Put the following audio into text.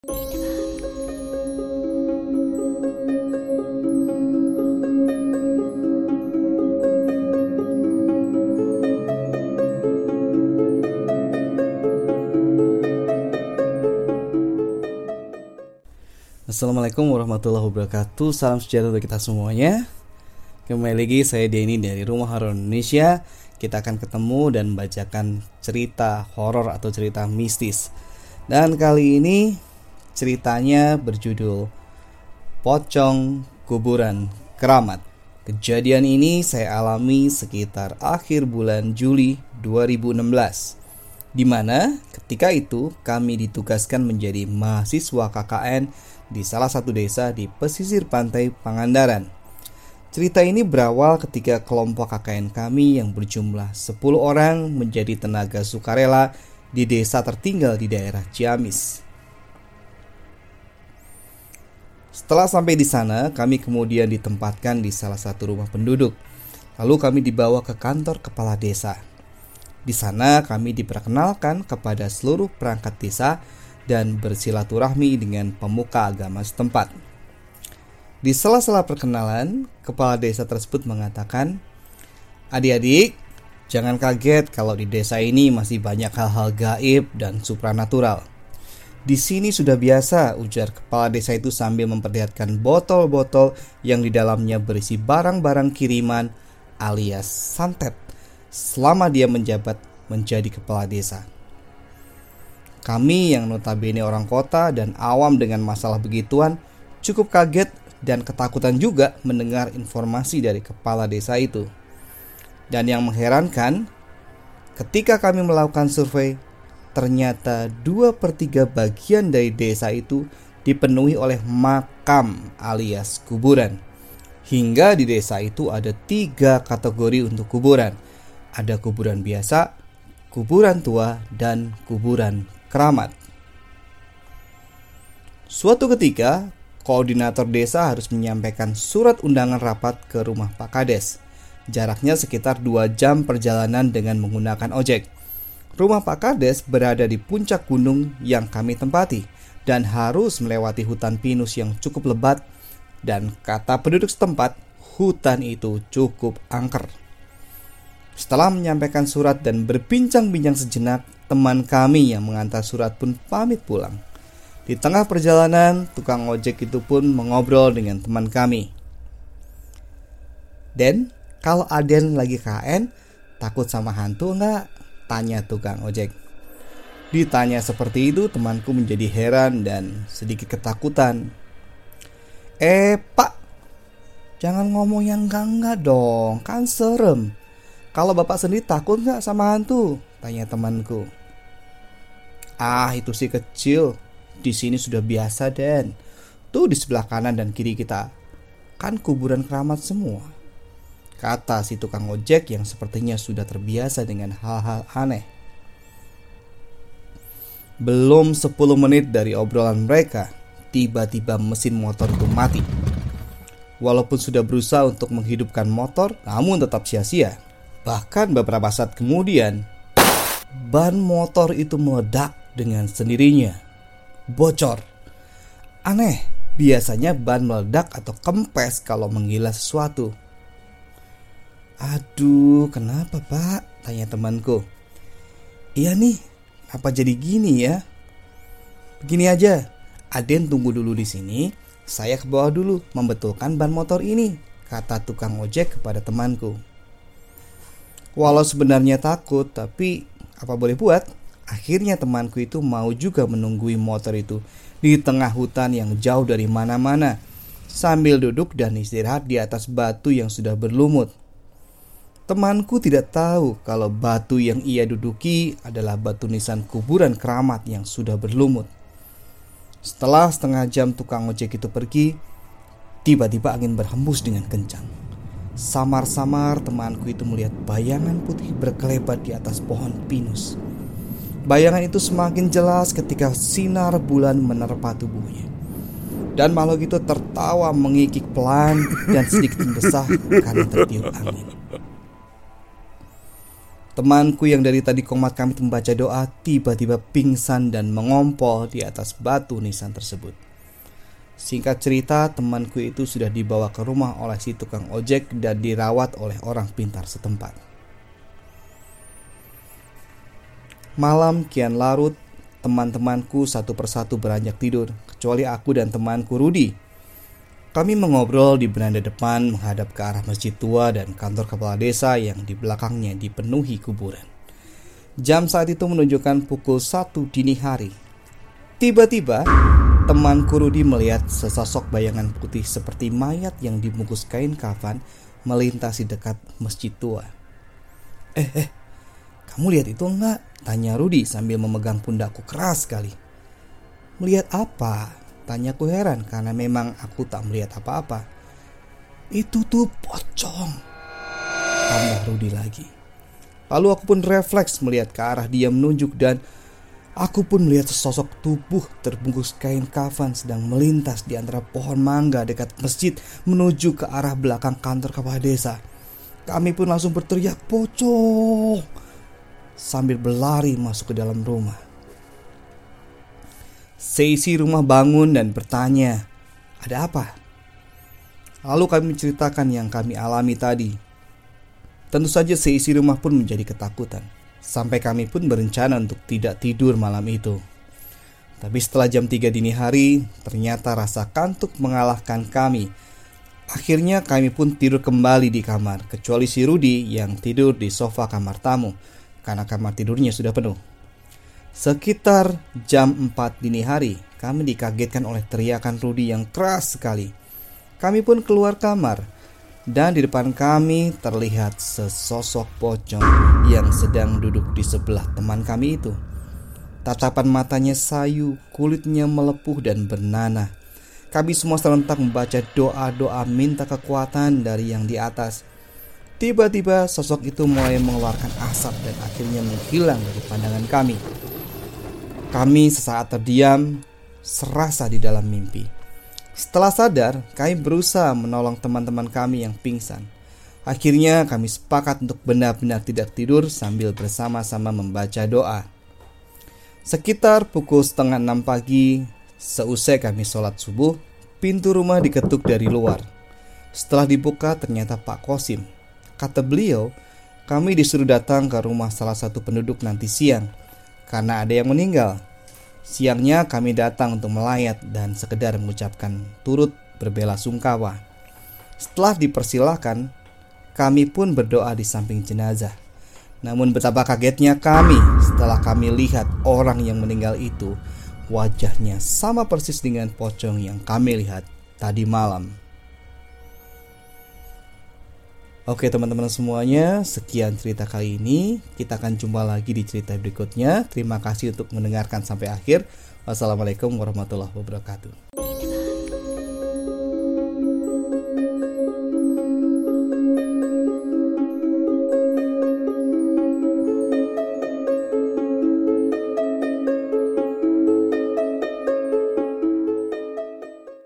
Assalamualaikum warahmatullahi wabarakatuh. Salam sejahtera untuk kita semuanya. Kembali lagi saya Denny dari Rumah Horor Indonesia. Kita akan ketemu dan bacakan cerita horor atau cerita mistis. Dan kali ini ceritanya berjudul Pocong Kuburan Keramat. Kejadian ini saya alami sekitar akhir bulan Juli 2016. Di mana ketika itu kami ditugaskan menjadi mahasiswa KKN di salah satu desa di pesisir pantai Pangandaran. Cerita ini berawal ketika kelompok KKN kami yang berjumlah 10 orang menjadi tenaga sukarela di desa tertinggal di daerah Ciamis. Setelah sampai di sana, kami kemudian ditempatkan di salah satu rumah penduduk. Lalu kami dibawa ke kantor kepala desa. Di sana kami diperkenalkan kepada seluruh perangkat desa dan bersilaturahmi dengan pemuka agama setempat. Di sela-sela perkenalan, kepala desa tersebut mengatakan, "Adik-adik, jangan kaget kalau di desa ini masih banyak hal-hal gaib dan supranatural. Di sini sudah biasa," ujar kepala desa itu sambil memperlihatkan botol-botol yang di dalamnya berisi barang-barang kiriman alias santet selama dia menjabat menjadi kepala desa. Kami yang notabene orang kota dan awam dengan masalah begituan cukup kaget dan ketakutan juga mendengar informasi dari kepala desa itu. Dan yang mengherankan, ketika kami melakukan survei, ternyata 2/3 bagian dari desa itu dipenuhi oleh makam alias kuburan. Hingga di desa itu ada 3 kategori untuk kuburan. Ada kuburan biasa, kuburan tua, dan kuburan keramat. Suatu ketika, koordinator desa harus menyampaikan surat undangan rapat ke rumah Pak Kades. Jaraknya sekitar 2 jam perjalanan dengan menggunakan ojek. Rumah Pak Kades berada di puncak gunung yang kami tempati dan harus melewati hutan pinus yang cukup lebat, dan kata penduduk setempat, hutan itu cukup angker. Setelah menyampaikan surat dan berbincang-bincang sejenak, teman kami yang mengantar surat pun pamit pulang. Di tengah perjalanan, tukang ojek itu pun mengobrol dengan teman kami. "Den, kalau Aden lagi KN, takut sama hantu enggak?" tanya tukang ojek. Ditanya seperti itu, temanku menjadi heran dan sedikit ketakutan. Pak, jangan ngomong yang enggak dong, kan serem. Kalau bapak sendiri takut enggak sama hantu?" tanya temanku. "Itu sih kecil. Di sini sudah biasa, Den. Tuh di sebelah kanan dan kiri kita kan kuburan keramat semua," kata si tukang ojek yang sepertinya sudah terbiasa dengan hal-hal aneh. Belum 10 menit dari obrolan mereka, tiba-tiba mesin motor itu mati. Walaupun sudah berusaha untuk menghidupkan motor, namun tetap sia-sia. Bahkan beberapa saat kemudian, ban motor itu meledak dengan sendirinya. Bocor. Aneh, biasanya ban meledak atau kempes kalau menggila sesuatu. "Aduh, kenapa Pak?" tanya temanku. "Iya nih, apa jadi gini ya? Begini aja, Aden tunggu dulu di sini, saya ke bawah dulu membetulkan ban motor ini," kata tukang ojek kepada temanku. Walau sebenarnya takut, tapi apa boleh buat, akhirnya temanku itu mau juga menunggui motor itu di tengah hutan yang jauh dari mana-mana, sambil duduk dan istirahat di atas batu yang sudah berlumut. Temanku tidak tahu kalau batu yang ia duduki adalah batu nisan kuburan keramat yang sudah berlumut. Setelah setengah jam tukang ojek itu pergi, tiba-tiba angin berhembus dengan kencang. Samar-samar temanku itu melihat bayangan putih berkelebat di atas pohon pinus. Bayangan itu semakin jelas ketika sinar bulan menerpa tubuhnya. Dan makhluk itu tertawa mengikik pelan dan sedikit mendesah karena tertiup angin. Temanku yang dari tadi komat kami membaca doa tiba-tiba pingsan dan mengompol di atas batu nisan tersebut. Singkat cerita, temanku itu sudah dibawa ke rumah oleh si tukang ojek dan dirawat oleh orang pintar setempat. Malam kian larut, teman-temanku satu persatu beranjak tidur, kecuali aku dan temanku Rudi. Kami mengobrol di beranda depan menghadap ke arah masjid tua dan kantor kepala desa yang di belakangnya dipenuhi kuburan. Jam saat itu menunjukkan pukul 1 dini hari. Tiba-tiba, temanku Rudi melihat sesosok bayangan putih seperti mayat yang dibungkus kain kafan melintasi dekat masjid tua. Kamu lihat itu enggak? Tanya Rudi sambil memegang pundakku keras sekali. Melihat apa? Tanyaku heran karena memang aku tak melihat apa-apa. Itu tuh pocong, tambah Rudi lagi. Lalu aku pun refleks melihat ke arah dia menunjuk dan aku pun melihat sesosok tubuh terbungkus kain kafan sedang melintas di antara pohon mangga dekat masjid menuju ke arah belakang kantor kepala desa. Kami pun langsung berteriak pocong sambil berlari masuk ke dalam rumah. Seisi rumah bangun dan bertanya, ada apa? Lalu kami menceritakan yang kami alami tadi. Tentu saja seisi rumah pun menjadi ketakutan. Sampai kami pun berencana untuk tidak tidur malam itu. Tapi setelah jam 3 dini hari, ternyata rasa kantuk mengalahkan kami. Akhirnya kami pun tidur kembali di kamar, kecuali si Rudi yang tidur di sofa kamar tamu, karena kamar tidurnya sudah penuh. Sekitar jam 4 dini hari, kami dikagetkan oleh teriakan Rudi yang keras sekali. Kami pun keluar kamar, dan di depan kami terlihat sesosok pocong yang sedang duduk di sebelah teman kami itu. Tatapan matanya sayu, kulitnya melepuh dan bernanah. Kami semua serentak membaca doa-doa minta kekuatan dari yang di atas. Tiba-tiba sosok itu mulai mengeluarkan asap dan akhirnya menghilang dari pandangan kami. Kami sesaat terdiam, serasa di dalam mimpi. Setelah sadar, kami berusaha menolong teman-teman kami yang pingsan. Akhirnya kami sepakat untuk benar-benar tidak tidur sambil bersama-sama membaca doa. Sekitar pukul 5:30 pagi, seusai kami sholat subuh, pintu rumah diketuk dari luar. Setelah dibuka ternyata Pak Kosim. Kata beliau, kami disuruh datang ke rumah salah satu penduduk nanti siang karena ada yang meninggal. Siangnya kami datang untuk melayat dan sekedar mengucapkan turut berbelasungkawa. Setelah dipersilahkan, kami pun berdoa di samping jenazah. Namun betapa kagetnya kami setelah kami lihat orang yang meninggal itu wajahnya sama persis dengan pocong yang kami lihat tadi malam. Oke teman-teman semuanya, sekian cerita kali ini. Kita akan jumpa lagi di cerita berikutnya. Terima kasih untuk mendengarkan sampai akhir. Wassalamualaikum warahmatullahi wabarakatuh.